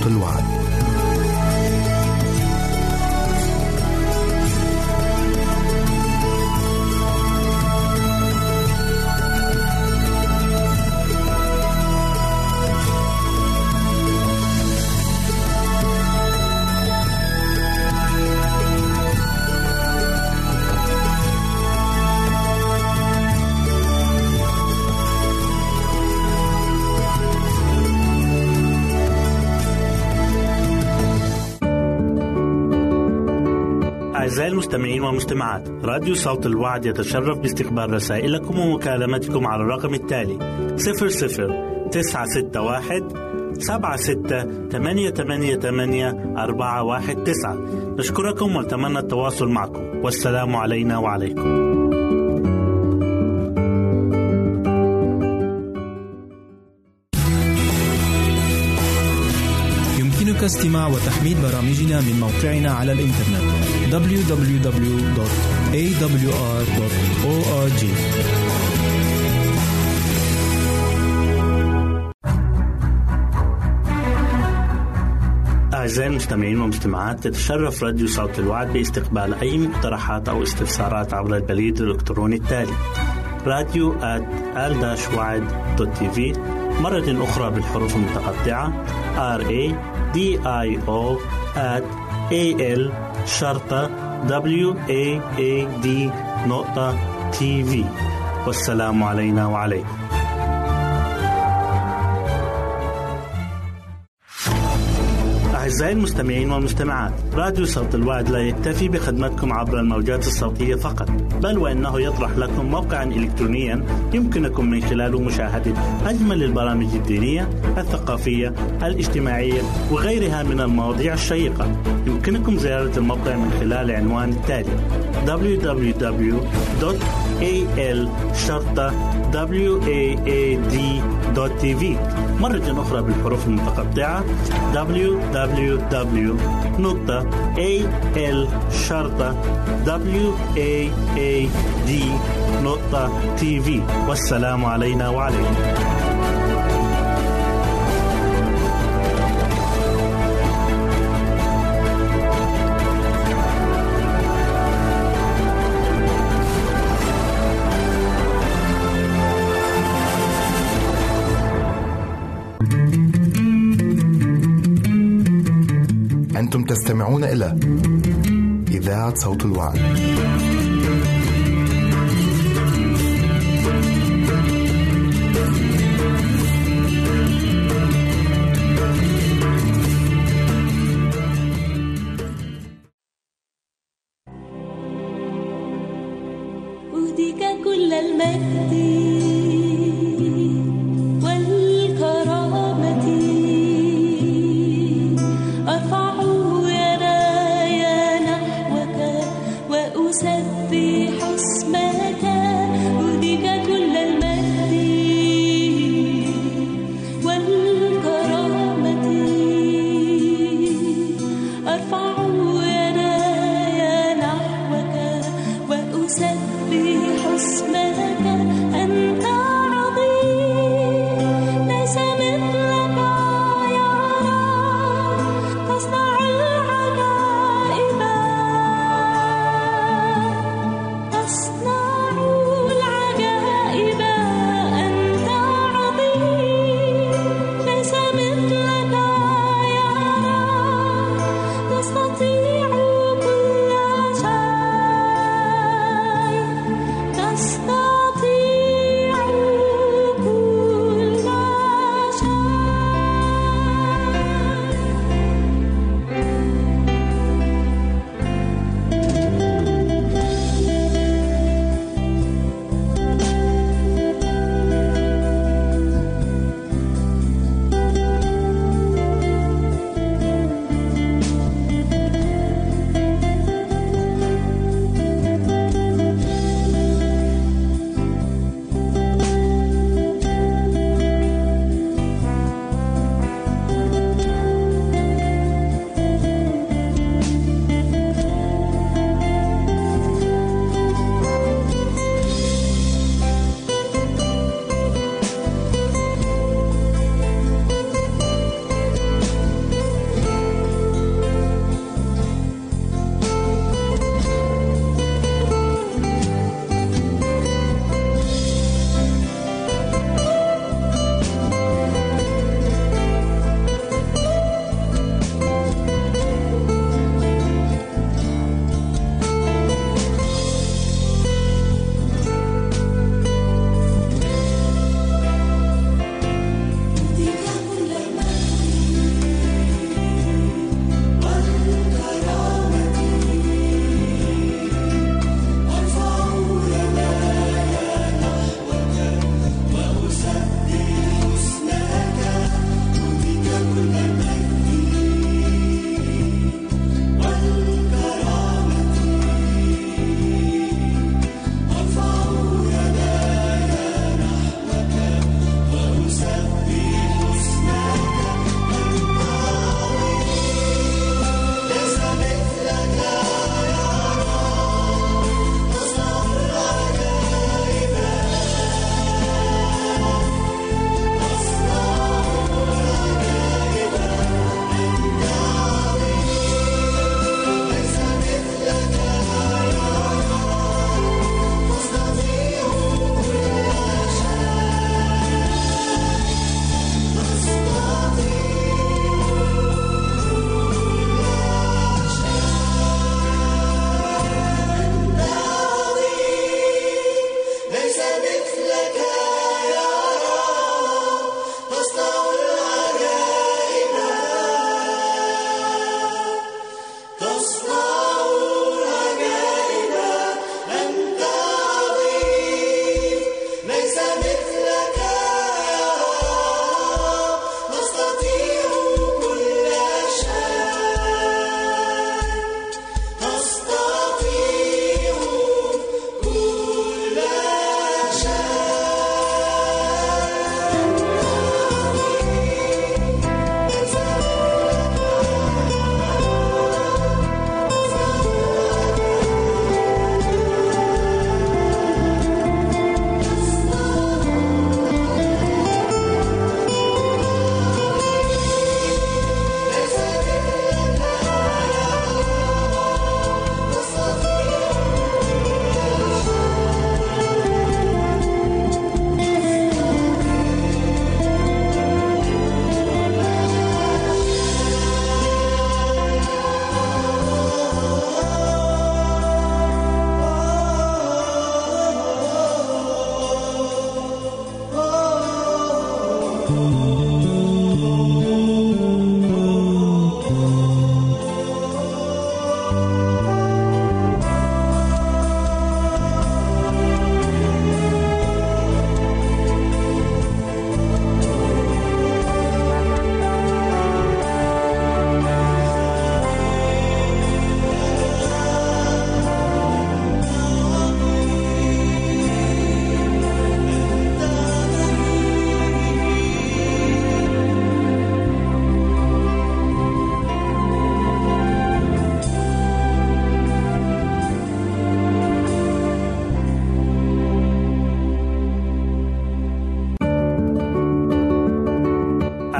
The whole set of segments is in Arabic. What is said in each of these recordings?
الوعد. أعزائي المستمعين والمستمعات، راديو صوت الوعد يتشرف باستقبال رسائلكم ومكالمتكم على الرقم التالي 00-961-76-88-419. نشكركم ونتمنى التواصل معكم، والسلام علينا وعليكم. يمكنك استماع وتحميل برامجنا من موقعنا على الإنترنت www.awr.org. أعزائي المستمعين والمستمعات، تتشرف راديو صوت الوعد باستقبال أي مقترحات أو استفسارات عبر البريد الإلكتروني التالي radio@al-wad.tv، مرة أخرى بالحروف المتقطعة radio@al-wad.tv. والسلام علينا وعليكم. أعزائي المستمعين والمستمعات، راديو صوت الوعد لا يكتفي بخدمتكم عبر الموجات الصوتية فقط، بل وإنه يطرح لكم موقعا إلكترونيا يمكنكم من خلاله مشاهدة أجمل البرامج الدينية، الثقافية، الاجتماعية وغيرها من المواضيع الشيقة. يمكنكم زيارة الموقع من خلال عنوان التالي www.al-wad.tv، مرة أخرى بالحروف المتقطعة www.al-wad.tv. والسلام علينا وعليكم. أنتم تستمعون إلى إذاعة صوت الوعد. أهديك كل المجد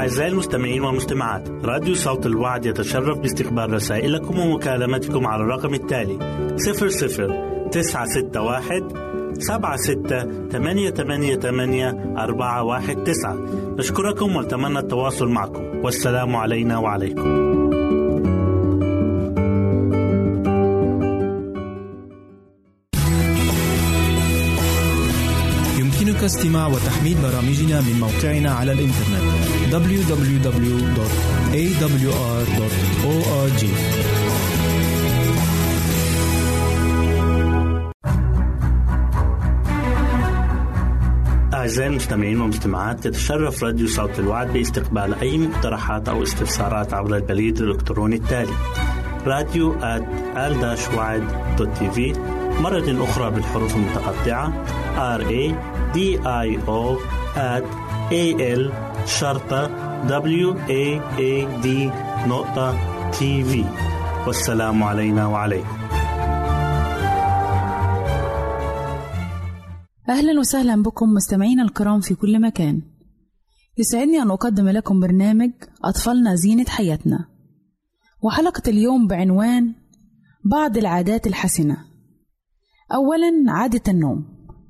أعزائي المستمعين والمستمعات، راديو صوت الوعد يتشرف باستقبال رسائلكم ومكالمتكم على الرقم التالي 00-961-76-88-419. نشكركم ونتمنى التواصل معكم، والسلام علينا وعليكم. يمكنك استماع وتحميل برامجنا من موقعنا على الإنترنت www.awr.org. أعزائي المستمعين والمستمعات، يتشرف راديو صوت الوعد باستقبال أي مقترحات أو استفسارات عبر البريد الإلكتروني التالي radio@al-wad.tv، مرة أخرى بالحروف المتقطعة radio@al-wad.tv. والسلام علينا وعليكم. أهلا وسهلا بكم مستمعين الكرام في كل مكان. يسعدني أن أقدم لكم برنامج أطفالنا زينة حياتنا، وحلقة اليوم بعنوان بعض العادات الحسنة. أولا، عادة النوم.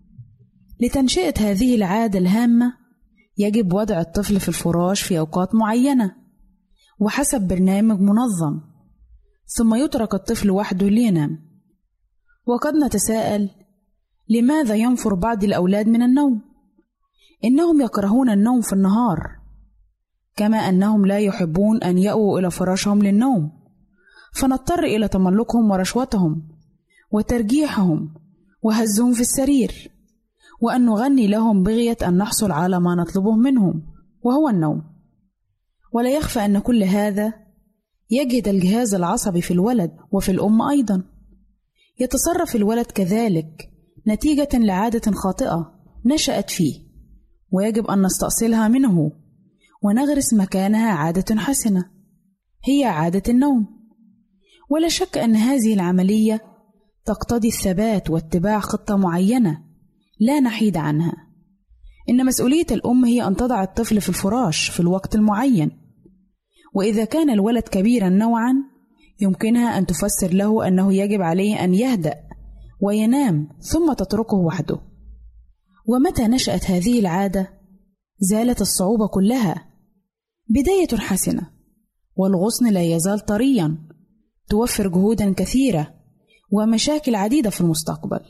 لتنشئة هذه العادة الهامة يجب وضع الطفل في الفراش في أوقات معينة وحسب برنامج منظم، ثم يترك الطفل وحده لينام. وقد نتساءل: لماذا ينفر بعض الأولاد من النوم؟ إنهم يكرهون النوم في النهار، كما أنهم لا يحبون أن يأووا إلى فراشهم للنوم، فنضطر إلى تملقهم ورشوتهم وترجيحهم وهزهم في السرير، وأن نغني لهم بغية أن نحصل على ما نطلبه منهم وهو النوم. ولا يخفى أن كل هذا يجهد الجهاز العصبي في الولد وفي الأم أيضا. يتصرف الولد كذلك نتيجة لعادة خاطئة نشأت فيه، ويجب أن نستأصلها منه ونغرس مكانها عادة حسنة هي عادة النوم. ولا شك أن هذه العملية تقتضي الثبات واتباع خطة معينة لا نحيد عنها. إن مسؤولية الأم هي أن تضع الطفل في الفراش في الوقت المعين، وإذا كان الولد كبيرا نوعا يمكنها أن تفسر له أنه يجب عليه أن يهدأ وينام ثم تتركه وحده. ومتى نشأت هذه العادة زالت الصعوبة كلها. بداية حسنة والغصن لا يزال طريا، توفر جهودا كثيرة ومشاكل عديدة في المستقبل.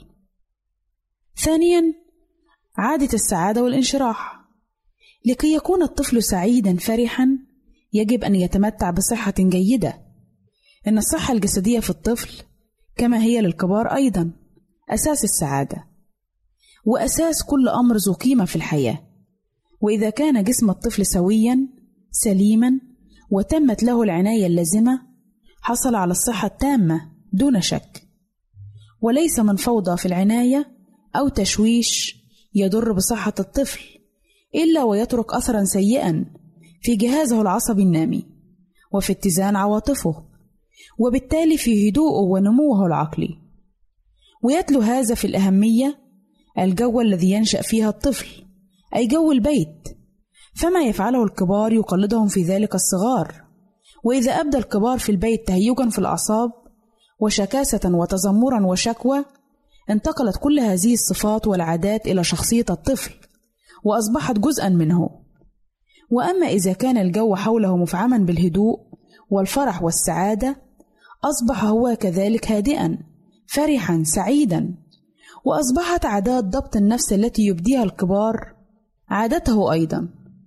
ثانيا، عادة السعادة والانشراح. لكي يكون الطفل سعيدا فرحا يجب أن يتمتع بصحة جيدة. إن الصحة الجسدية في الطفل كما هي للكبار أيضا أساس السعادة وأساس كل أمر ذو قيمة في الحياة. وإذا كان جسم الطفل سويا سليما وتمت له العناية اللازمة حصل على الصحة التامة دون شك، وليس من فوضى في العناية أو تشويش يضر بصحة الطفل إلا ويترك أثرا سيئا في جهازه العصبي النامي وفي اتزان عواطفه، وبالتالي في هدوءه ونموه العقلي. ويتلو هذا في الأهمية الجو الذي ينشأ فيها الطفل، أي جو البيت، فما يفعله الكبار يقلدهم في ذلك الصغار. وإذا أبدى الكبار في البيت تهيجا في الأعصاب وشكاسة وتذمرا وشكوى، انتقلت كل هذه الصفات والعادات إلى شخصية الطفل وأصبحت جزءا منه. وأما إذا كان الجو حوله مفعما بالهدوء والفرح والسعادة أصبح هو كذلك هادئا فرحا سعيدا، وأصبحت عادات ضبط النفس التي يبديها الكبار عادته أيضا.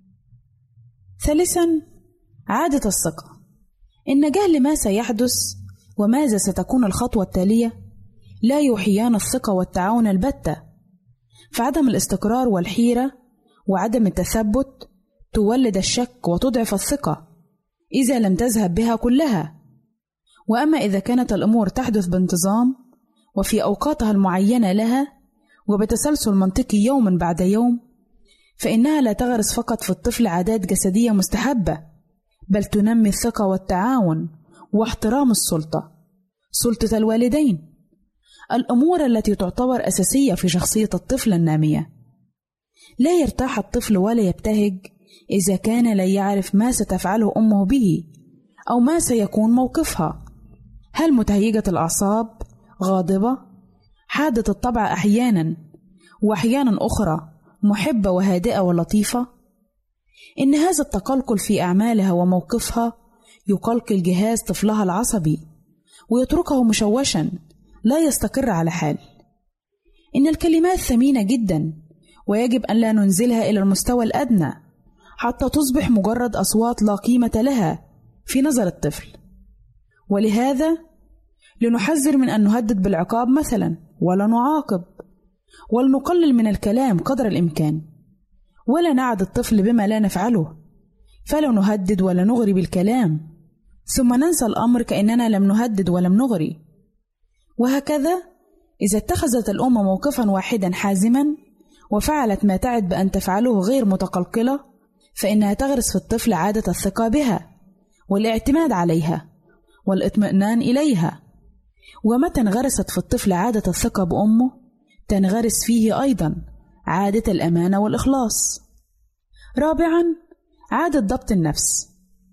ثالثا، عادة الثقة. إن جهل ما سيحدث وماذا ستكون الخطوة التالية لا يوحيان الثقة والتعاون البتة، فعدم الاستقرار والحيرة وعدم التثبت تولد الشك وتضعف الثقة إذا لم تذهب بها كلها. وأما إذا كانت الأمور تحدث بانتظام وفي أوقاتها المعينة لها وبتسلسل منطقي يوما بعد يوم، فإنها لا تغرس فقط في الطفل عادات جسدية مستحبة، بل تنمي الثقة والتعاون واحترام السلطة، سلطة الوالدين، الأمور التي تعتبر أساسية في شخصية الطفل النامية. لا يرتاح الطفل ولا يبتهج إذا كان لا يعرف ما ستفعله أمه به أو ما سيكون موقفها. هل متهيجة الأعصاب، غاضبة، حادة الطبع أحيانا، وأحيانا أخرى محبة وهادئة ولطيفة؟ إن هذا التقلقل في أعمالها وموقفها يقلقل جهاز طفلها العصبي ويتركه مشوشا لا يستقر على حال. إن الكلمات ثمينة جدا ويجب أن لا ننزلها إلى المستوى الأدنى حتى تصبح مجرد أصوات لا قيمة لها في نظر الطفل. ولهذا لنحذر من أن نهدد بالعقاب مثلا، ولا نعاقب، ولنقلل من الكلام قدر الإمكان، ولا نعد الطفل بما لا نفعله، فلا نهدد ولا نغري بالكلام ثم ننسى الأمر كأننا لم نهدد ولم نغري. وهكذا إذا اتخذت الأم موقفا واحدا حازما وفعلت ما تعد بأن تفعله غير متقلقلة، فإنها تغرس في الطفل عادة الثقة بها والاعتماد عليها والاطمئنان إليها. ومتى انغرست في الطفل عادة الثقة بأمه، تنغرس فيه أيضا عادة الأمانة والإخلاص. رابعا، عادة ضبط النفس.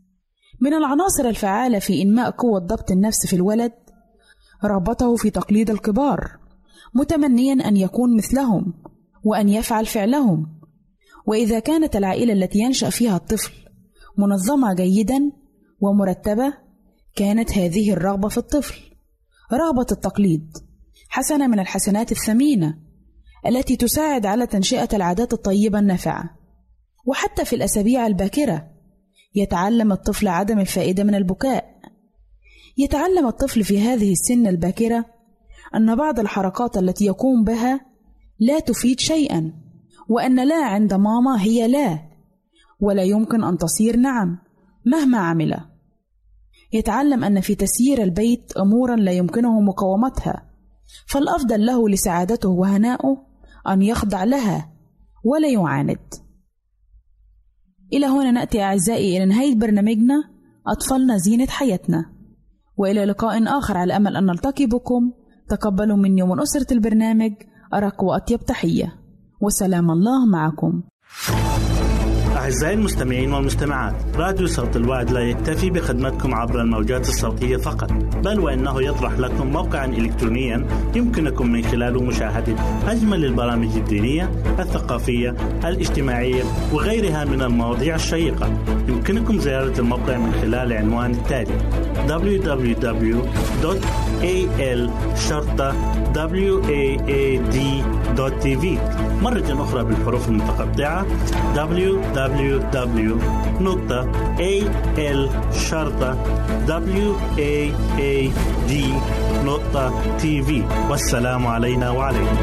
من العناصر الفعالة في إنماء قوة ضبط النفس في الولد رغبته في تقليد الكبار، متمنيا أن يكون مثلهم وأن يفعل فعلهم. وإذا كانت العائلة التي ينشأ فيها الطفل منظمة جيدا ومرتبة، كانت هذه الرغبة في الطفل، رغبة التقليد، حسنة من الحسنات الثمينة التي تساعد على تنشئة العادات الطيبة النافعة. وحتى في الأسابيع الباكرة يتعلم الطفل عدم الفائدة من البكاء. يتعلم الطفل في هذه السن الباكرة أن بعض الحركات التي يقوم بها لا تفيد شيئا، وأن لا عند ماما هي لا، ولا يمكن أن تصير نعم مهما عمل. يتعلم أن في تسيير البيت أمورا لا يمكنه مقاومتها، فالأفضل له لسعادته وهنائه أن يخضع لها ولا يعاند. إلى هنا نأتي أعزائي إلى نهاية برنامجنا أطفالنا زينة حياتنا، وإلى لقاء آخر على أمل أن نلتقي بكم. تقبلوا مني ومن أسرة البرنامج أرق وأطيب تحية، وسلام الله معكم. أعزائي المستمعين والمستمعات، راديو صوت الوعد لا يكتفي بخدمتكم عبر الموجات الصوتية فقط، بل وإنه يطرح لكم موقعا إلكترونيا يمكنكم من خلاله مشاهدة أجمل البرامج الدينية، الثقافية، الاجتماعية وغيرها من المواضيع الشيقة. يمكنكم زيارة الموقع من خلال العنوان التالي: www.al-waad.tv. مرة أخرى بالحروف المتقطعة: www.al-waad.tv. والسلام علينا وعليكم.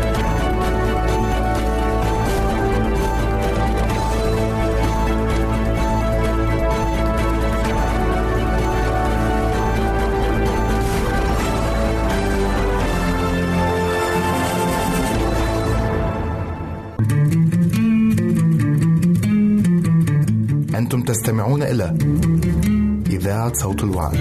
أنتم تستمعون إلى إذاعة صوت الوعد.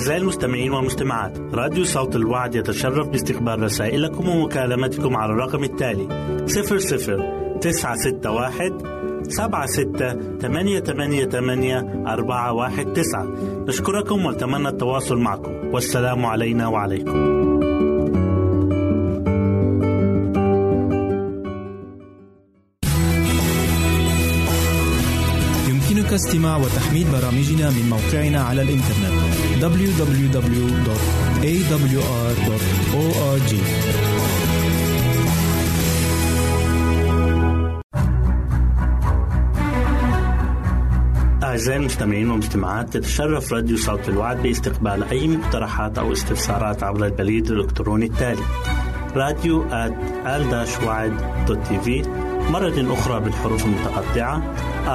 أعزائي المستمعين والمستمعات، راديو صوت الوعد يتشرف باستقبال رسائلكم ومكالمتكم على الرقم التالي 00-961-76-88-419. نشكركم ونتمنى التواصل معكم، والسلام علينا وعليكم. يمكنك استماع وتحميل برامجنا من موقعنا على الإنترنت www.awr.org. أعزائي المستمعين والمستمعات، تتشرف راديو صوت الوعد باستقبال أي مقترحات أو استفسارات عبر البريد الإلكتروني التالي radio@al-wad.tv، مرة أخرى بالحروف المتقطعة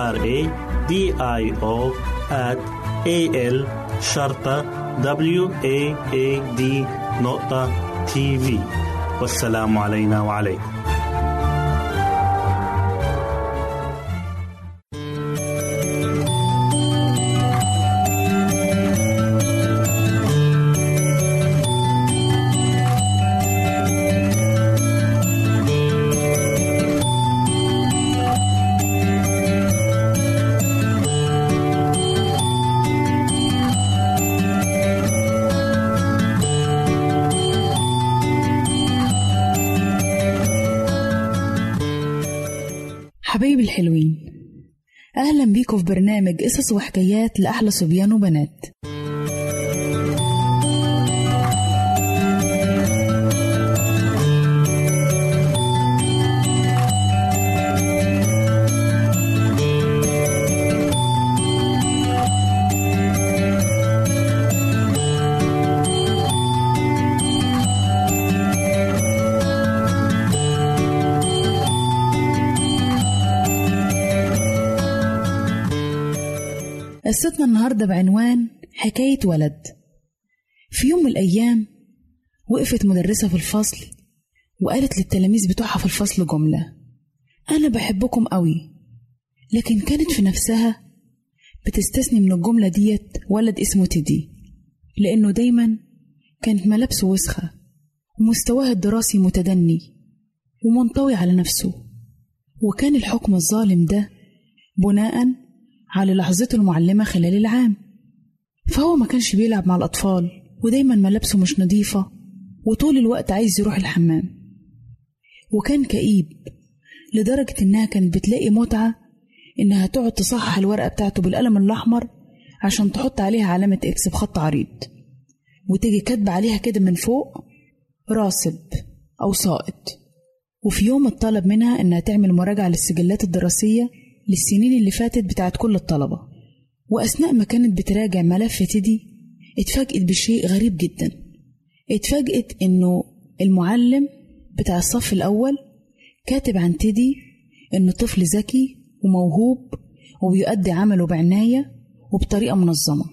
radio@al-wad.tv. والسلام علينا وعليكم. حبايبي الحلوين، أهلا بيكم في برنامج قصص وحكايات لأحلى صبيان وبنات. قصتنا النهاردة بعنوان حكاية ولد. في يوم من الأيام وقفت مدرسة في الفصل وقالت للتلاميذ بتوعها في الفصل جملة: أنا بحبكم قوي. لكن كانت في نفسها بتستثني من الجملة ديت ولد اسمه تيدي، لأنه دايما كانت ملابسه وسخة ومستواه الدراسي متدني ومنطوي على نفسه، وكان الحكم الظالم ده بناء على لحظته المعلمة خلال العام. فهو ما كانش بيلعب مع الأطفال، ودايما ملابسه مش نظيفة، وطول الوقت عايز يروح الحمام. وكان كئيب لدرجة إنها كانت بتلاقي متعة إنها تقعد تصحح الورقة بتاعته بالقلم الأحمر عشان تحط عليها علامة إكس بخط عريض، وتيجي كاتبة عليها كده من فوق راسب أو ساقط. وفي يوم اتطلب منها إنها تعمل مراجعة للسجلات الدراسية للسنين اللي فاتت بتاعت كل الطلبة. وأثناء ما كانت بتراجع ملف تيدي اتفاجئت بشيء غريب جدا. اتفاجئت إنه المعلم بتاع الصف الأول كاتب عن تيدي إنه طفل ذكي وموهوب وبيؤدي عمله بعناية وبطريقة منظمة.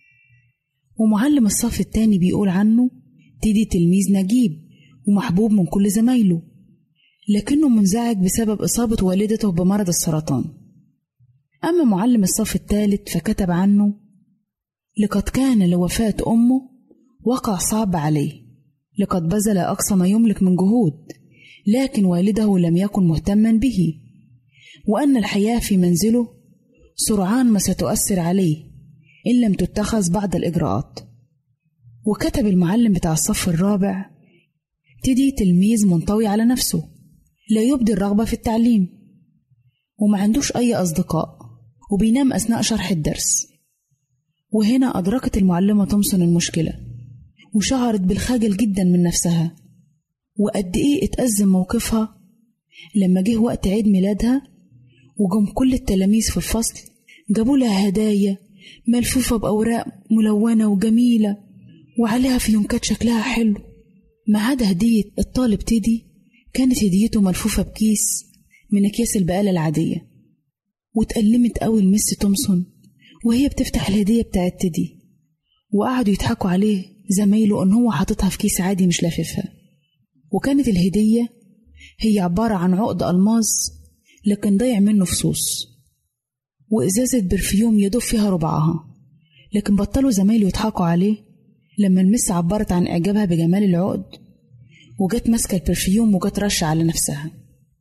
ومعلم الصف التاني بيقول عنه تيدي تلميذ نجيب ومحبوب من كل زمايله، لكنه منزعج بسبب إصابة والدته بمرض السرطان. أما معلم الصف الثالث فكتب عنه: لقد كان لوفاة أمه وقع صعب عليه، لقد بذل أقصى ما يملك من جهود، لكن والده لم يكن مهتما به، وأن الحياة في منزله سرعان ما ستؤثر عليه إن لم تتخذ بعض الإجراءات. وكتب المعلم بتاع الصف الرابع: تيدي تلميذ منطوي على نفسه، لا يبدي الرغبة في التعليم، وما عندوش أي أصدقاء، وبينام أثناء شرح الدرس. وهنا أدركت المعلمة تومسون المشكلة، وشعرت بالخجل جدا من نفسها، وقد إيه اتأزم موقفها لما جه وقت عيد ميلادها وجم كل التلاميذ في الفصل جابوا لها هدايا ملفوفة بأوراق ملونة وجميلة وعليها فيونكات شكلها حلو، ما عدا هدية الطالب تيدي. كانت هديته ملفوفة بكيس من أكياس البقالة العادية. واتألمت قوي المس تومسون وهي بتفتح الهدية بتاعت تيدي، وقعدوا يضحكوا عليه زمايله ان هو حاططها في كيس عادي مش لاففها. وكانت الهدية هي عبارة عن عقد ألماظ لكن ضيع منه فصوص، وإزازة برفيوم يدوب فيها ربعها. لكن بطلوا زمايله يضحكوا عليه لما المس عبرت عن إعجابها بجمال العقد، وجت ماسكة البرفيوم وجت رشة على نفسها،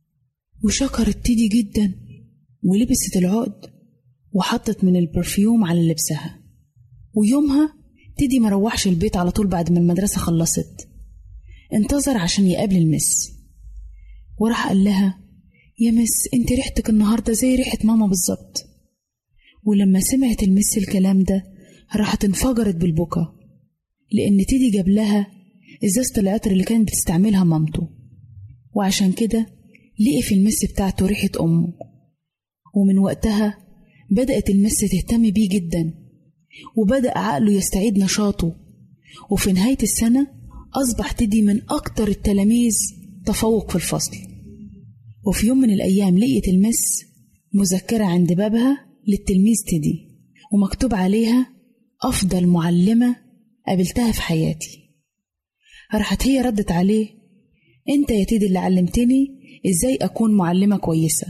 وشكرت تيدي جدا ولبست العقد وحطت من البرفيوم على لبسها. ويومها تيدي مروحش البيت على طول بعد ما المدرسة خلصت، انتظر عشان يقابل المس، وراح قال لها: يا مس انت ريحتك النهاردة زي ريحة ماما بالظبط. ولما سمعت المس الكلام ده راحت انفجرت بالبكا، لأن تيدي جاب لها إزازة العطر اللي كانت بتستعملها مامته، وعشان كده لقي في المس بتاعته ريحة أمه. ومن وقتها بدأت المس تهتم بيه جدا، وبدأ عقله يستعيد نشاطه. وفي نهاية السنة أصبح تيدي من أكتر التلاميذ تفوق في الفصل. وفي يوم من الأيام لقيت المس مذكرة عند بابها للتلميذ تيدي، ومكتوب عليها: أفضل معلمة قابلتها في حياتي. راحت هي ردت عليه: أنت يا تيدي اللي علمتني إزاي أكون معلمة كويسة.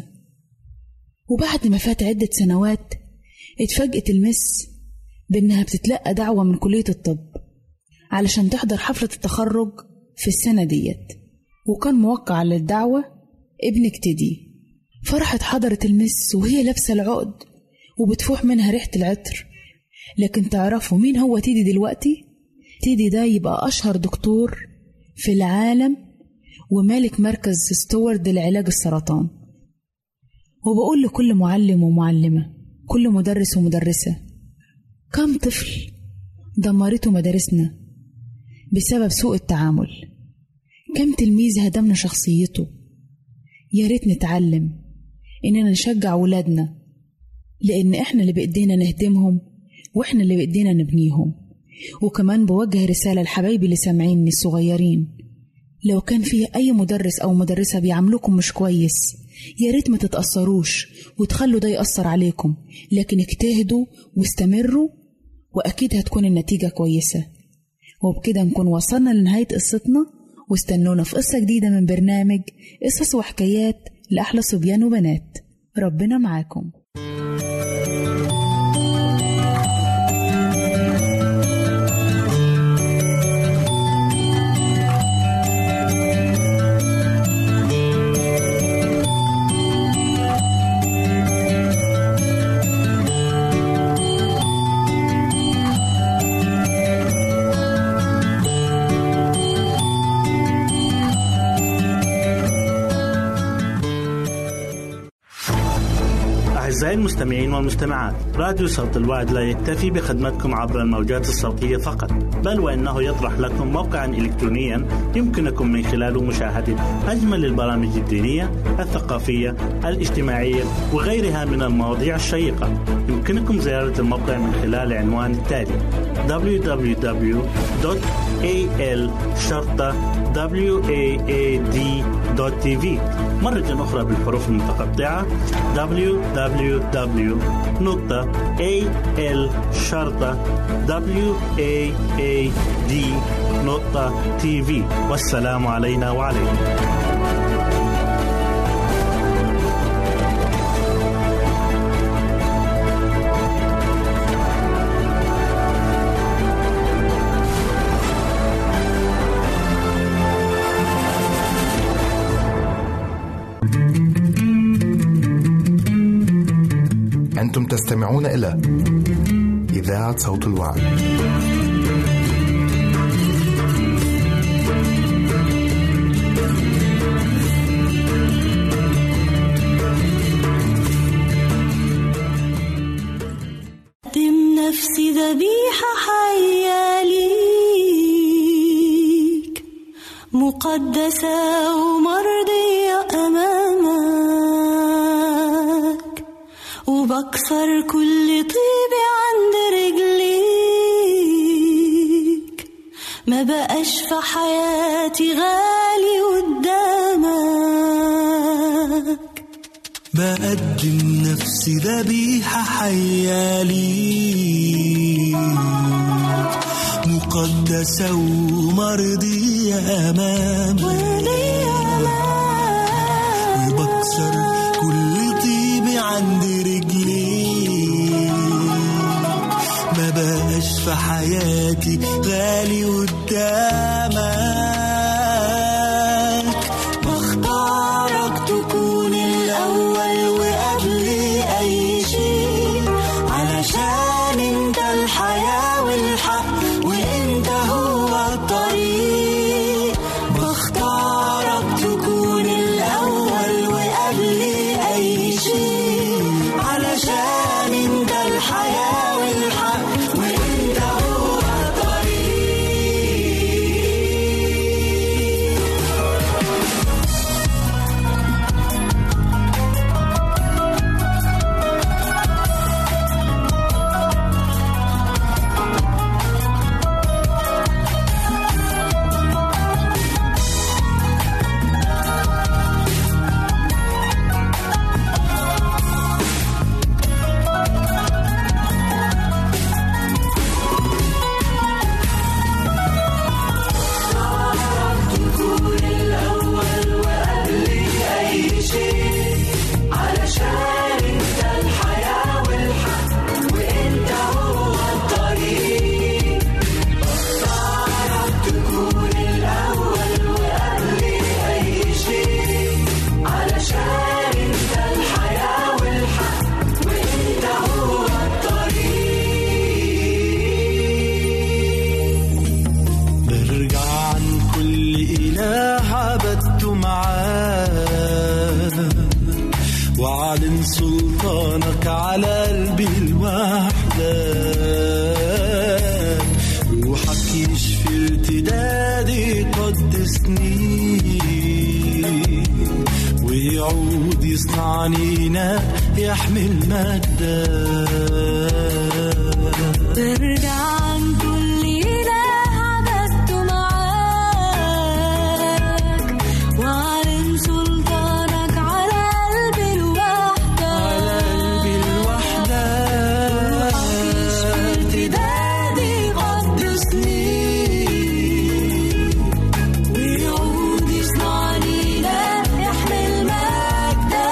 وبعد ما فات عدة سنوات اتفاجئت المس بأنها بتتلقى دعوة من كلية الطب علشان تحضر حفلة التخرج في السنة ديت، وكان موقع على الدعوة ابنك تيدي. فرحت حضرت المس وهي لابسة العقد وبتفوح منها ريحة العطر. لكن تعرفوا مين هو تيدي دلوقتي؟ تيدي ده يبقى أشهر دكتور في العالم ومالك مركز ستوارد لعلاج السرطان. وبقول لكل معلم ومعلمة، كل مدرس ومدرسة، كم طفل دمرته مدارسنا بسبب سوء التعامل؟ كم تلميذ هدمنا شخصيته؟ يا ريت نتعلم إننا نشجع ولادنا، لأن إحنا اللي بإيدينا نهدمهم وإحنا اللي بإيدينا نبنيهم. وكمان بوجه رسالة لحبايبي اللي سامعيني الصغيرين: لو كان فيه أي مدرس أو مدرسة بيعاملوكم مش كويس، يا ريت ما تتأثروش وتخلوا ده يأثر عليكم، لكن اجتهدوا واستمروا وأكيد هتكون النتيجة كويسة. وبكده نكون وصلنا لنهاية قصتنا، واستنونا في قصة جديدة من برنامج قصص وحكايات لأحلى صبيان وبنات. ربنا معاكم. أعزائي المستمعين والمستمعات، راديو صوت الوعد لا يكتفي بخدمتكم عبر الموجات الصوتية فقط، بل وإنه يطرح لكم موقعا إلكترونيا يمكنكم من خلاله مشاهدة أجمل البرامج الدينية، الثقافية، الاجتماعية وغيرها من المواضيع الشيقة. يمكنكم زيارة الموقع من خلال العنوان التالي: www.al-waad.tv. مرة أخرى بالحروف المتقطعة: www.al-waad.tv. والسلام علينا وعليكم. أنتم تستمعون إلى إذاعة صوت الوعد. قدم نفسي ذبيحة حية ليك، مقدسة ومرضية أمامك، وبكسر كل طيب عند رجليك. ما بقاش في حياتي غالي قدامك. بقدم نفسي ذبيحة حية ليك، مقدسة ومرضية أمامك، وبكسر كل طيب عند رجليك. ما بقاش في في حياتي غالي قدامك. بختارك تكون الأول وقبل أي شيء، علشان انت الحياة والحق وانت هو الطريق. بختارك تكون الأول وقبل أي شيء، علشان انت الحياة والحق وانت هو الطريق. وأعلن سلطانك على قلبي الوحدة. روحك يشفي ارتدادي يقدسني، ويعود يصنعنينا يحمل مجدا. برجع عن كل إله عبدته معاك، وأعلن سلطانك على قلبي الوحدة. روحك يشفي ارتدادي يقدسني، ويعود يصنعنينا يحمل مجدا.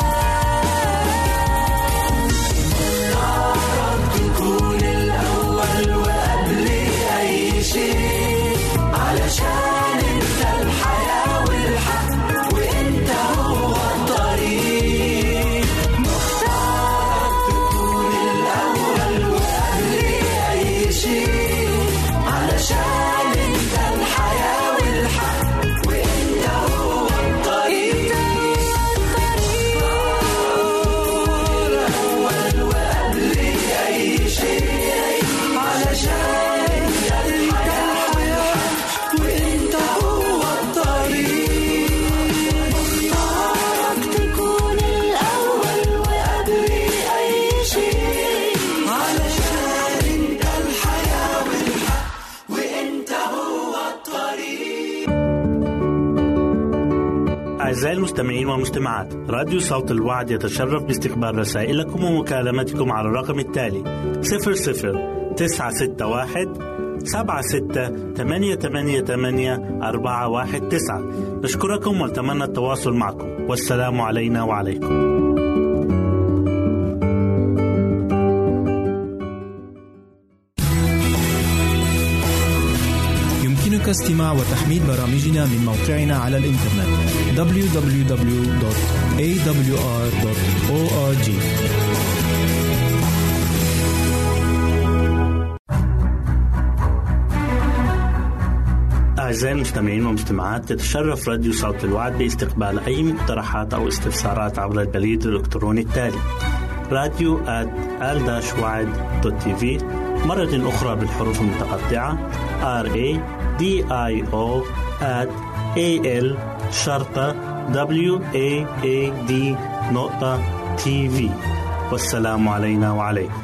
بختارك تكون الأول وقبل أي شيء، علشان انت الحياة والحق وانت هو الطريق. بختارك تكون الأول وقبل أي شيء، علشان انت الحياة والحق وانت هو الطريق. الأول وقبل أي شيء، علشان انت الحياة والحق وانت هو الطريق. بختارك تكون الأول وقبل أي شيء، علشان انت الحياة والحق وانت هو الطريق. أعزائي المستمعين والمستمعات، راديو صوت الوعد يتشرف باستقبال رسائلكم ومكالمتكم على الرقم التالي 00-961-76-88-419. نشكركم ونتمنى التواصل معكم، والسلام علينا وعليكم. يمكنك استماع وتحميل برامجنا من موقعنا على الإنترنت www.awr.org. أعزائي المستمعين والمستمعات، تتشرف راديو صوت الوعد باستقبال أي مقترحات أو استفسارات عبر البريد الإلكتروني التالي radio@al-wad.tv، مرة أخرى بالحروف المتقطعة radio@al-wad.tv. والسلام علينا وعليكم.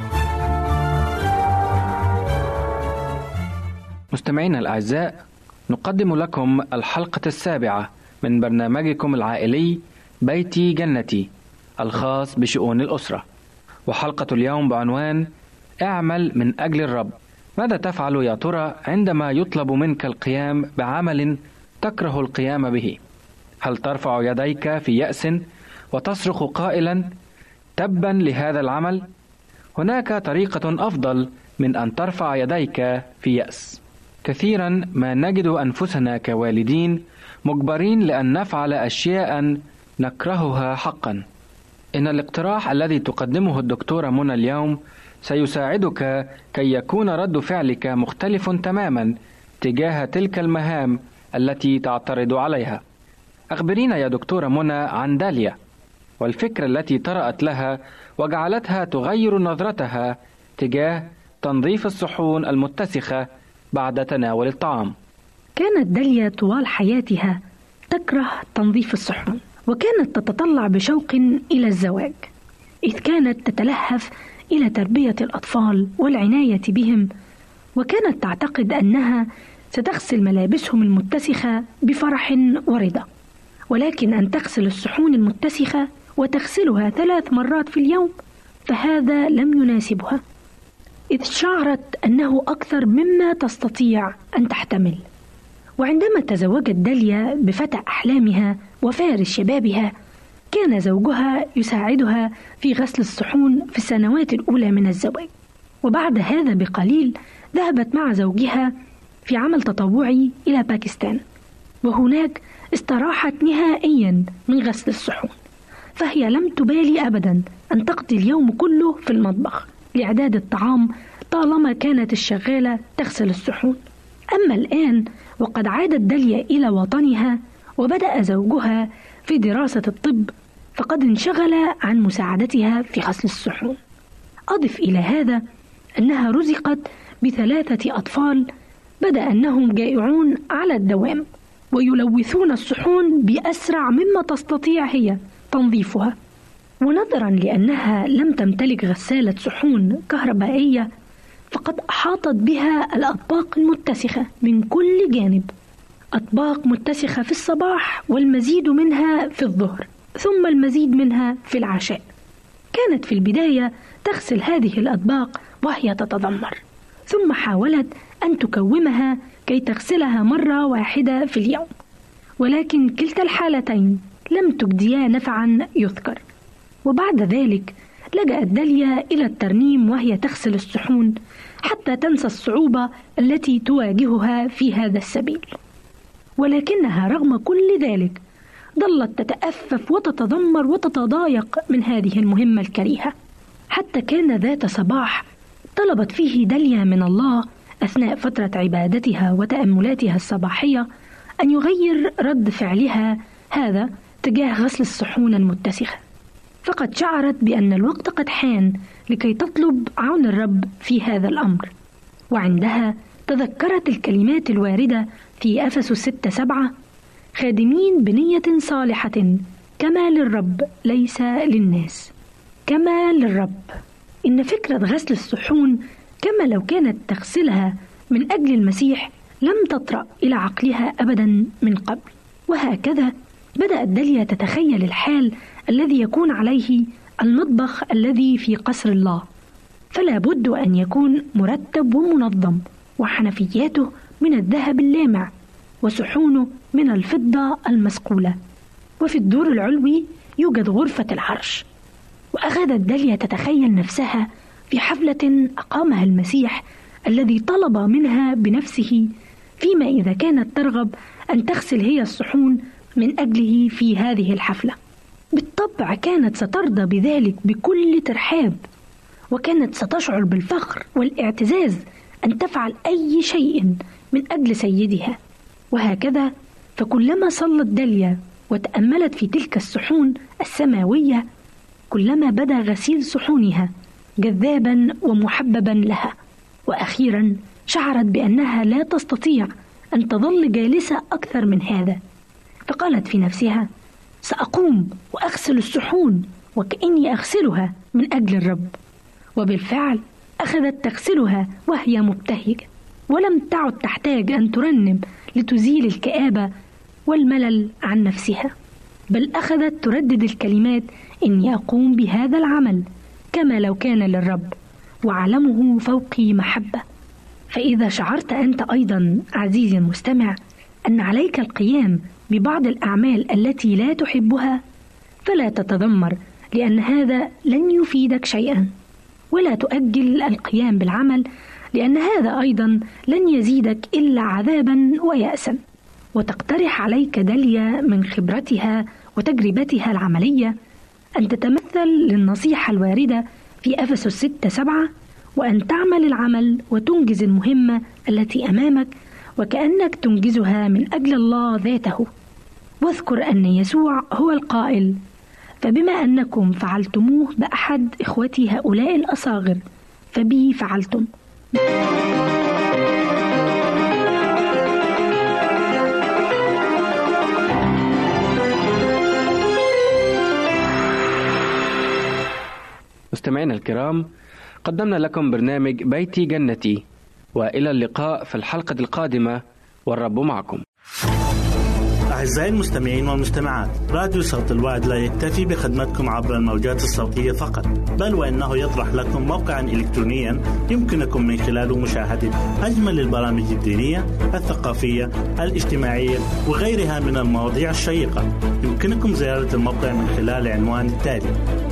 مستمعينا الأعزاء، نقدم لكم الحلقة السابعة من برنامجكم العائلي بيتي جنتي الخاص بشؤون الأسرة، وحلقة اليوم بعنوان اعمل من أجل الرب. ماذا تفعل يا ترى عندما يطلب منك القيام بعمل تكره القيام به؟ هل ترفع يديك في يأس وتصرخ قائلا تبا لهذا العمل؟ هناك طريقة أفضل من أن ترفع يديك في يأس. كثيرا ما نجد أنفسنا كوالدين مجبرين لأن نفعل أشياء نكرهها حقا. إن الاقتراح الذي تقدمه الدكتورة منى اليوم سيساعدك كي يكون رد فعلك مختلف تماما تجاه تلك المهام التي تعترض عليها. أخبرينا يا دكتورة منى عن داليا والفكرة التي طرأت لها وجعلتها تغير نظرتها تجاه تنظيف الصحون المتسخة بعد تناول الطعام. كانت داليا طوال حياتها تكره تنظيف الصحون، وكانت تتطلع بشوق إلى الزواج، إذ كانت تتلهف إلى تربية الأطفال والعناية بهم، وكانت تعتقد أنها ستغسل ملابسهم المتسخة بفرح ورضا. ولكن أن تغسل الصحون المتسخة وتغسلها 3 مرات في اليوم فهذا لم يناسبها، إذ شعرت أنه أكثر مما تستطيع أن تحتمل. وعندما تزوجت داليا بفتى أحلامها وفارس شبابها، كان زوجها يساعدها في غسل الصحون في السنوات الأولى من الزواج. وبعد هذا بقليل ذهبت مع زوجها في عمل تطوعي إلى باكستان، وهناك استراحت نهائيا من غسل الصحون، فهي لم تبالي أبدا أن تقضي اليوم كله في المطبخ لإعداد الطعام طالما كانت الشغالة تغسل الصحون. أما الآن وقد عادت داليا إلى وطنها وبدأ زوجها في دراسة الطب، فقد انشغل عن مساعدتها في غسل الصحون. أضف إلى هذا أنها رزقت ب3 أطفال بدأ أنهم جائعون على الدوام ويلوثون الصحون بأسرع مما تستطيع هي تنظيفها. ونظرا لأنها لم تمتلك غسالة صحون كهربائية فقد أحاطت بها الأطباق المتسخة من كل جانب، أطباق متسخة في الصباح والمزيد منها في الظهر ثم المزيد منها في العشاء. كانت في البداية تغسل هذه الأطباق وهي تتذمر، ثم حاولت أن تكومها كي تغسلها مرة واحدة في اليوم، ولكن كلتا الحالتين لم تجديا نفعا يذكر. وبعد ذلك لجأت داليا إلى الترنيم وهي تغسل الصحون حتى تنسى الصعوبة التي تواجهها في هذا السبيل. ولكنها رغم كل ذلك ظلت تتأفف وتتذمر وتتضايق من هذه المهمة الكريهة، حتى كان ذات صباح طلبت فيه داليا من الله أثناء فترة عبادتها وتأملاتها الصباحية أن يغير رد فعلها هذا تجاه غسل الصحون المتسخة، فقد شعرت بأن الوقت قد حان لكي تطلب عون الرب في هذا الأمر. وعندها تذكرت الكلمات الواردة في أفسس 6:7: خادمين بنية صالحة كما للرب ليس للناس. كما للرب. إن فكرة غسل الصحون كما لو كانت تغسلها من أجل المسيح لم تطرأ إلى عقلها أبدا من قبل. وهكذا بدأت داليا تتخيل الحال الذي يكون عليه المطبخ الذي في قصر الله، فلا بد أن يكون مرتب ومنظم، وحنفياته من الذهب اللامع وصحونه من الفضة المصقولة، وفي الدور العلوي يوجد غرفة العرش. وأخذت داليا تتخيل نفسها في حفلة أقامها المسيح الذي طلب منها بنفسه، فيما إذا كانت ترغب أن تغسل هي الصحون من أجله في هذه الحفلة. بالطبع كانت سترضى بذلك بكل ترحاب، وكانت ستشعر بالفخر والاعتزاز أن تفعل أي شيء من أجل سيدها. وهكذا فكلما صلت داليا وتأملت في تلك الصحون السماوية كلما بدا غسيل صحونها جذابا ومحببا لها. وأخيرا شعرت بأنها لا تستطيع أن تظل جالسة أكثر من هذا، فقالت في نفسها: سأقوم وأغسل الصحون وكأني أغسلها من أجل الرب. وبالفعل أخذت تغسلها وهي مبتهجة، ولم تعد تحتاج أن ترنم لتزيل الكآبة والملل عن نفسها، بل أخذت تردد الكلمات: إني أقوم بهذا العمل كما لو كان للرب، وعلمه فوقي محبة. فإذا شعرت أنت أيضا عزيزي المستمع أن عليك القيام ببعض الأعمال التي لا تحبها، فلا تتذمر، لأن هذا لن يفيدك شيئا، ولا تؤجل القيام بالعمل، لأن هذا أيضا لن يزيدك إلا عذابا ويأسا. وتقترح عليك داليا من خبرتها وتجربتها العملية أن تتمثل للنصيحة الواردة في أفسس 6:7، وأن تعمل العمل وتنجز المهمة التي أمامك وكأنك تنجزها من أجل الله ذاته. واذكر أن يسوع هو القائل: فبما أنكم فعلتموه بأحد إخوتي هؤلاء الأصاغر فبي فعلتم. مستمعينا الكرام، قدمنا لكم برنامج بيتي جنتي، وإلى اللقاء في الحلقة القادمة، والرب معكم. أعزائي المستمعين والمستمعات، راديو صوت الوعد لا يكتفي بخدمتكم عبر الموجات الصوتية فقط، بل وإنه يطرح لكم موقعا إلكترونيا يمكنكم من خلاله مشاهدة أجمل البرامج الدينية، الثقافية، الاجتماعية وغيرها من المواضيع الشيقة. يمكنكم زيارة الموقع من خلال العنوان التالي: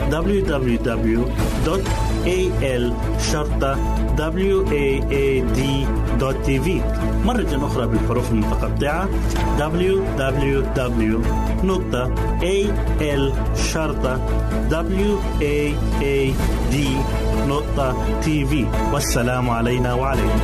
www.al-waad.tv. مرة أخرى بالحروف المتقطعة: www.al-waad.tv. والسلام علينا وعليكم.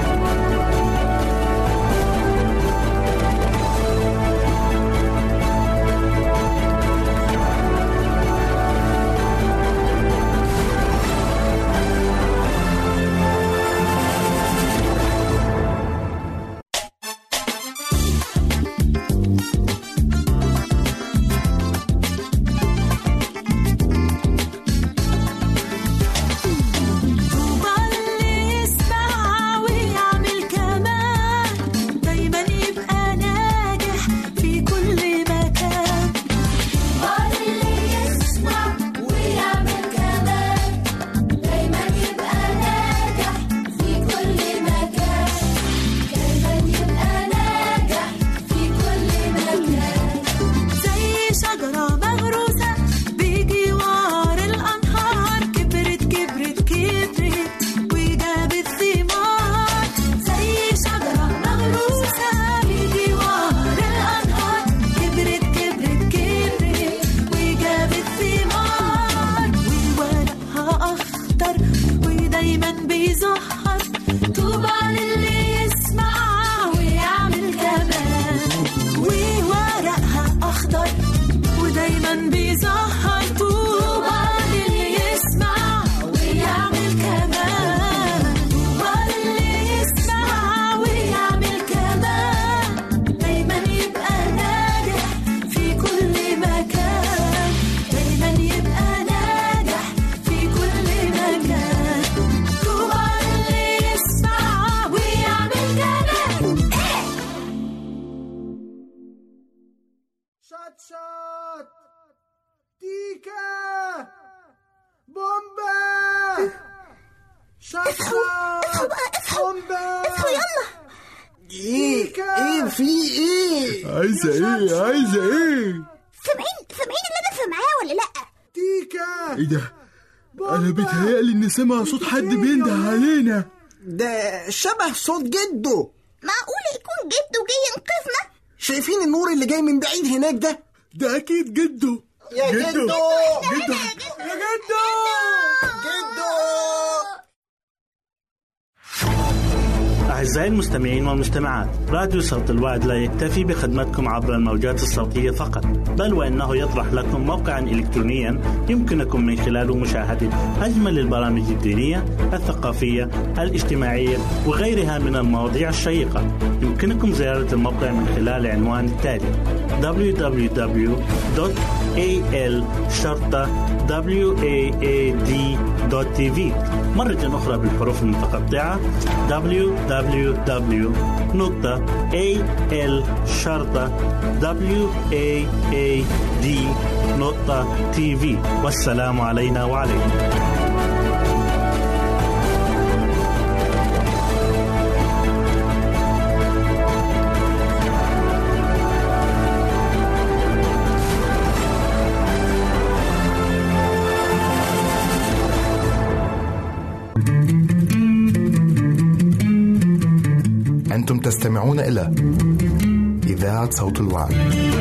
شات تيكا بومبا شات بومبا يلا ايه في ايه؟ عايزة ايه؟ سامعين اللي انا سامعاه ولا لا؟ تيكا ايه ده؟ انا بيتهيألي اني سامع صوت حد بينده علينا. ده شبه صوت جده. معقول يكون جده جاي ينقذنا؟ شايفين النور اللي جاي من بعيد هناك ده اكيد جده. يا جدو أعزائي المستمعين والمستمعات، راديو صوت الوعد لا يكتفي بخدمتكم عبر الموجات الصوتية فقط، بل وإنه يطرح لكم موقعا إلكترونيا يمكنكم من خلاله مشاهدة أجمل البرامج الدينية، الثقافية، الاجتماعية وغيرها من المواضيع الشيقة. يمكنكم زيارة الموقع من خلال العنوان التالي: www.al-waad.tv. مرة أخرى بالحروف المتقطعة: www.al-waad.tv. والسلام علينا وعليكم. أنتم تستمعون إلى إذاعة صوت الوعد.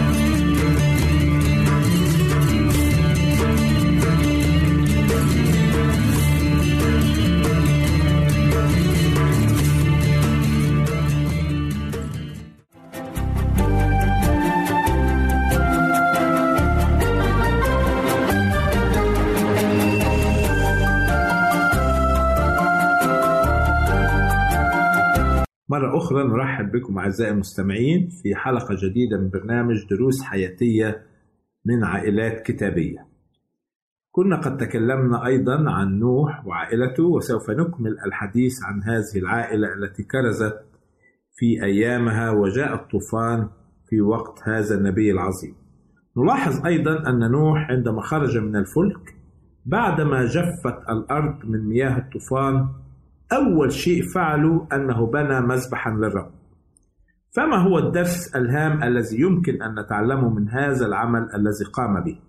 مرة أخرى نرحب بكم أعزائي المستمعين في حلقة جديدة من برنامج دروس حياتية من عائلات كتابية. كنا قد تكلمنا أيضا عن نوح وعائلته، وسوف نكمل الحديث عن هذه العائلة التي كرزت في أيامها وجاء الطوفان في وقت هذا النبي العظيم. نلاحظ أيضا أن نوح عندما خرج من الفلك بعدما جفت الأرض من مياه الطوفان أول شيء فعله أنه بنى مذبحا للرب. فما هو الدرس الهام الذي يمكن أن نتعلمه من هذا العمل الذي قام به؟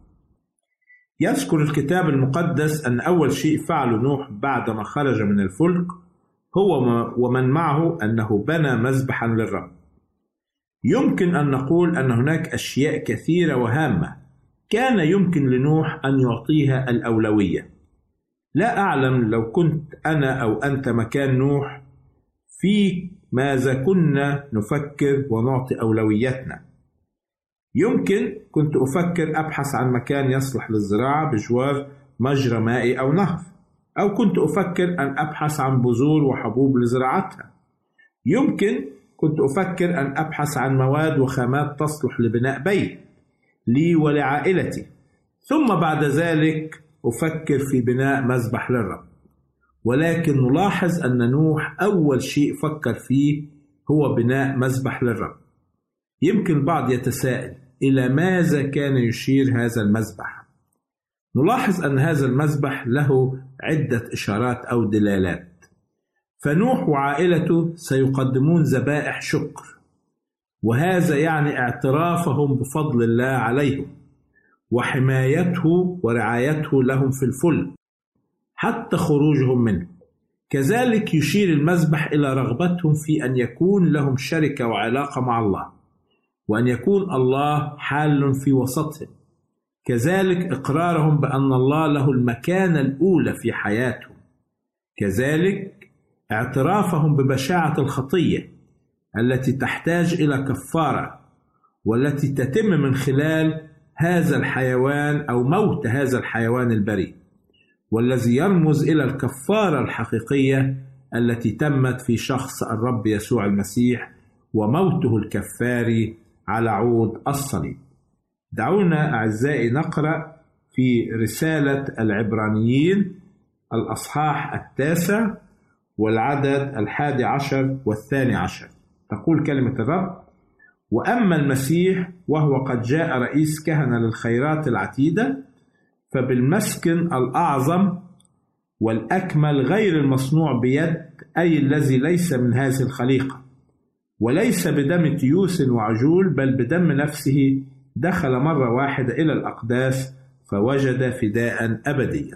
يذكر الكتاب المقدس أن أول شيء فعله نوح بعدما خرج من الفلك هو ومن معه أنه بنى مذبحا للرب. يمكن أن نقول أن هناك أشياء كثيرة وهامة كان يمكن لنوح أن يعطيها الأولوية. لا أعلم لو كنت أنا أو أنت مكان نوح في ماذا كنا نفكر ونعطي أولوياتنا. يمكن كنت أفكر أبحث عن مكان يصلح للزراعة بجوار مجرى مائي أو نهر، أو كنت أفكر أن أبحث عن بذور وحبوب لزراعتها. يمكن كنت أفكر أن أبحث عن مواد وخامات تصلح لبناء بيت لي ولعائلتي، ثم بعد ذلك أفكر في بناء مذبح للرب. ولكن نلاحظ أن نوح أول شيء فكر فيه هو بناء مذبح للرب. يمكن البعض يتساءل إلى ماذا كان يشير هذا المذبح؟ نلاحظ أن هذا المذبح له عدة إشارات أو دلالات. فنوح وعائلته سيقدمون ذبائح شكر، وهذا يعني اعترافهم بفضل الله عليهم وحمايته ورعايته لهم في الفلك حتى خروجهم منه. كذلك يشير المذبح إلى رغبتهم في أن يكون لهم شركة وعلاقة مع الله، وأن يكون الله حال في وسطهم. كذلك إقرارهم بأن الله له المكانة الأولى في حياتهم. كذلك اعترافهم ببشاعة الخطية التي تحتاج إلى كفارة، والتي تتم من خلال هذا الحيوان أو موت هذا الحيوان البريء، والذي يرمز إلى الكفارة الحقيقية التي تمت في شخص الرب يسوع المسيح وموته الكفاري على عود الصليب. دعونا أعزائي نقرأ في رسالة العبرانيين الأصحاح 9 والعدد 11 و12. تقول كلمة الرب: وأما المسيح وهو قد جاء رئيس كهنة للخيرات العتيدة، فبالمسكن الأعظم والأكمل غير المصنوع بيد، أي الذي ليس من هذه الخليقة، وليس بدم تيوس وعجول، بل بدم نفسه دخل مرة واحدة إلى الأقداس فوجد فداء أبديا.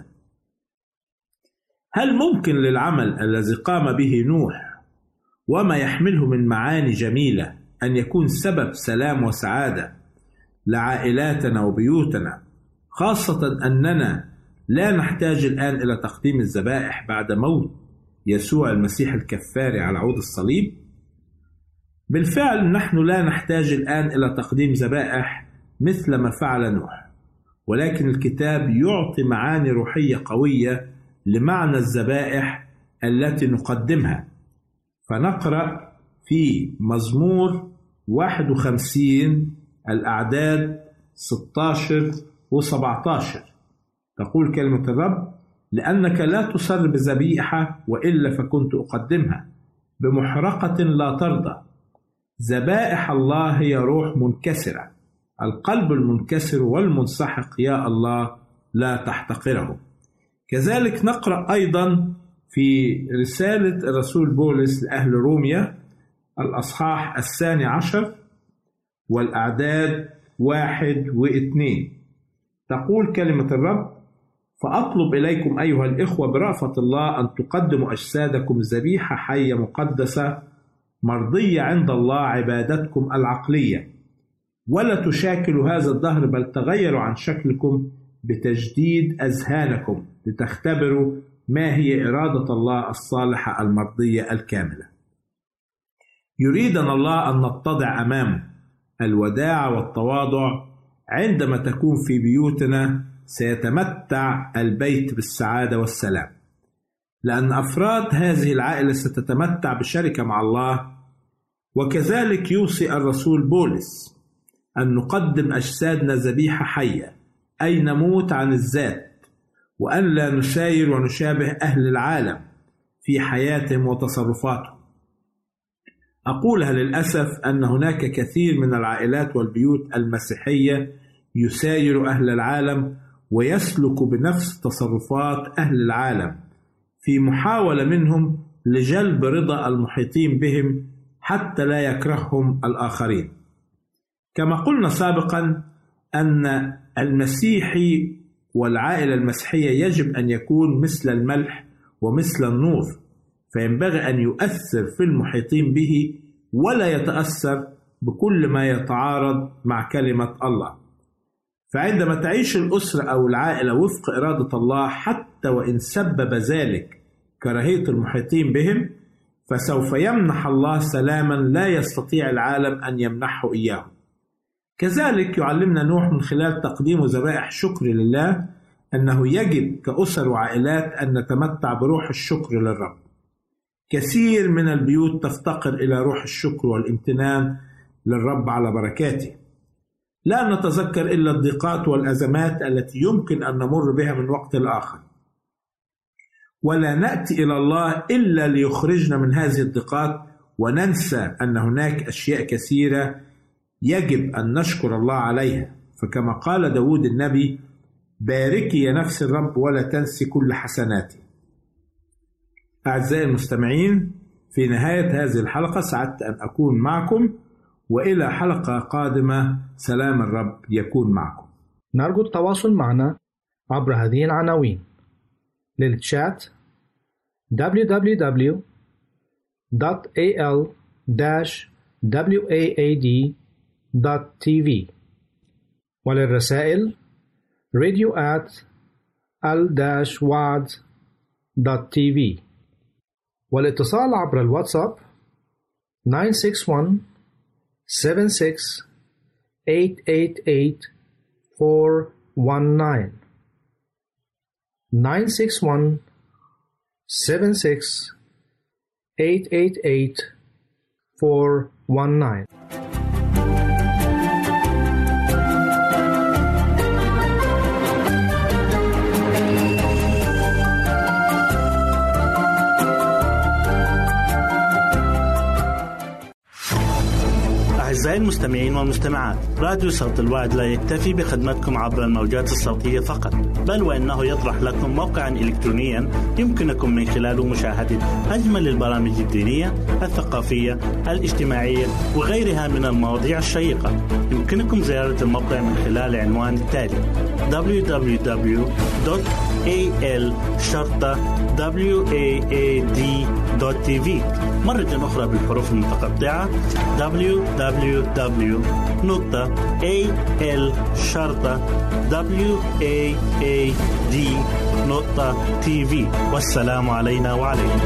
هل ممكن للعمل الذي قام به نوح وما يحمله من معاني جميلة أن يكون سبب سلام وسعادة لعائلاتنا وبيوتنا، خاصة أننا لا نحتاج الآن إلى تقديم الذبائح بعد موت يسوع المسيح الكفاري على عود الصليب؟ بالفعل نحن لا نحتاج الآن إلى تقديم ذبائح مثل ما فعل نوح، ولكن الكتاب يعطي معاني روحية قوية لمعنى الذبائح التي نقدمها. فنقرأ في مزمور 51 الأعداد 16 و17. تقول كلمة الرب: لأنك لا تصر بذبيحة، وإلا فكنت أقدمها، بمحرقة لا ترضى. ذبائح الله هي روح منكسرة، القلب المنكسر والمنسحق يا الله لا تحتقره. كذلك نقرأ أيضا في رسالة الرسول بولس لأهل روميا الأصحاح 12 والأعداد 1 و2. تقول كلمة الرب: فأطلب إليكم أيها الإخوة برأفة الله أن تقدموا أجسادكم ذبيحة حية مقدسة مرضية عند الله عبادتكم العقلية، ولا تشاكلوا هذا الدهر، بل تغيروا عن شكلكم بتجديد أذهانكم لتختبروا ما هي إرادة الله الصالحة المرضية الكاملة. يريدنا الله أن نتضع أمامه. الوداع والتواضع عندما تكون في بيوتنا سيتمتع البيت بالسعادة والسلام، لأن أفراد هذه العائلة ستتمتع بشركة مع الله. وكذلك يوصي الرسول بولس أن نقدم أجسادنا ذبيحة حية، أي نموت عن الذات، وأن لا نساير ونشابه أهل العالم في حياتهم وتصرفاتهم. أقولها للأسف أن هناك كثير من العائلات والبيوت المسيحية يساير أهل العالم ويسلك بنفس تصرفات أهل العالم في محاولة منهم لجلب رضا المحيطين بهم حتى لا يكرههم الآخرين. كما قلنا سابقا أن المسيحي والعائلة المسيحية يجب أن يكون مثل الملح ومثل النور، فينبغي أن يؤثر في المحيطين به ولا يتأثر بكل ما يتعارض مع كلمة الله. فعندما تعيش الأسرة أو العائلة وفق إرادة الله حتى وإن سبب ذلك كراهية المحيطين بهم، فسوف يمنح الله سلاما لا يستطيع العالم أن يمنحه إياه. كذلك يعلمنا نوح من خلال تقديم ذبائح شكر لله أنه يجب كأسر وعائلات أن نتمتع بروح الشكر للرب. كثير من البيوت تفتقر إلى روح الشكر والامتنان للرب على بركاته. لا نتذكر إلا الضيقات والأزمات التي يمكن أن نمر بها من وقت لآخر، ولا نأتي إلى الله إلا ليخرجنا من هذه الضيقات، وننسى أن هناك أشياء كثيرة يجب أن نشكر الله عليها. فكما قال داود النبي: باركي يا نفس الرب ولا تنسي كل حسناتي. أعزائي المستمعين، في نهاية هذه الحلقة سعدت أن أكون معكم، وإلى حلقة قادمة سلام الرب يكون معكم. نرجو التواصل معنا عبر هذه العناوين: للتشات www.al-waad.tv، وللرسائل radio@al-waad.tv، والاتصال عبر الواتساب 961-76-888-419 961-76-888-419. أعزائي المستمعين والمستمعات، راديو صوت الوعد لا يكتفي بخدمتكم عبر الموجات الصوتية فقط، بل وإنه يطرح لكم موقعا إلكترونيا يمكنكم من خلاله مشاهدة أجمل البرامج الدينية، الثقافية، الاجتماعية وغيرها من المواضيع الشيقة. يمكنكم زيارة الموقع من خلال العنوان التالي: www.al-waad.tv. مرة أخرى بالحروف المتقطعة: www.al-waad.tv. والسلام علينا وعليكم.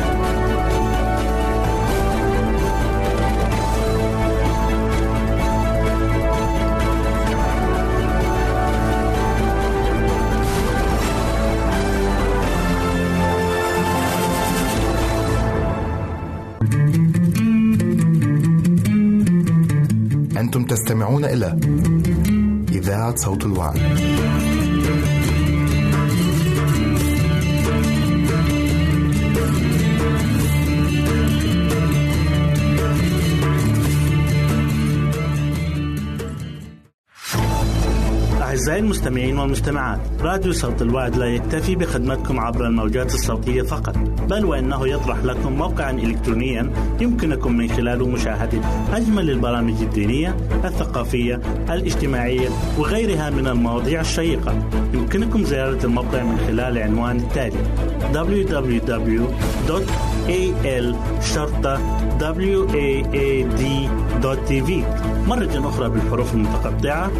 أنتم تستمعون إلى إذاعة صوت الوعد. أعزائي المستمعين والمستمعات، راديو صوت الوعد لا يكتفي بخدمتكم عبر الموجات الصوتية فقط، بل وإنه يطرح لكم موقعا إلكترونيا يمكنكم من خلاله مشاهدة أجمل البرامج الدينية، الثقافية، الاجتماعية وغيرها من المواضيع الشيقة. يمكنكم زيارة الموقع من خلال عنوان التالي: www.al-waad.tv. مرة أخرى بالحروف المتقطعة: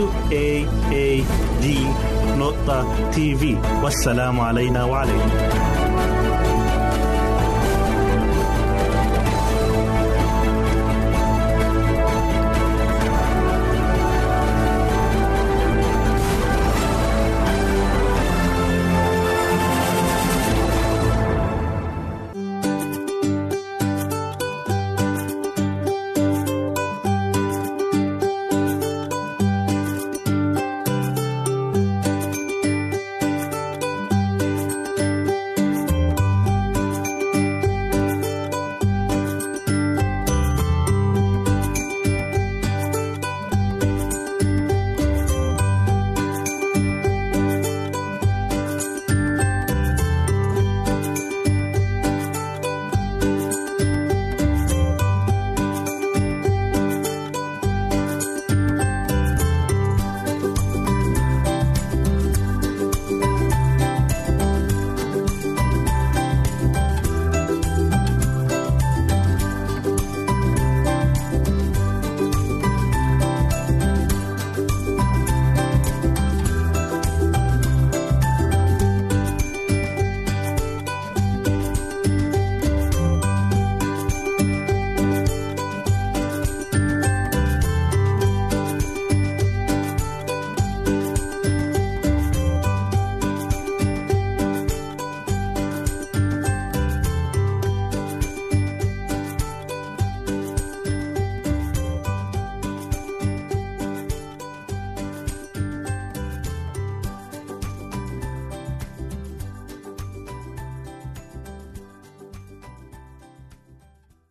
www.al-waad.tv. والسلام علينا وعليكم.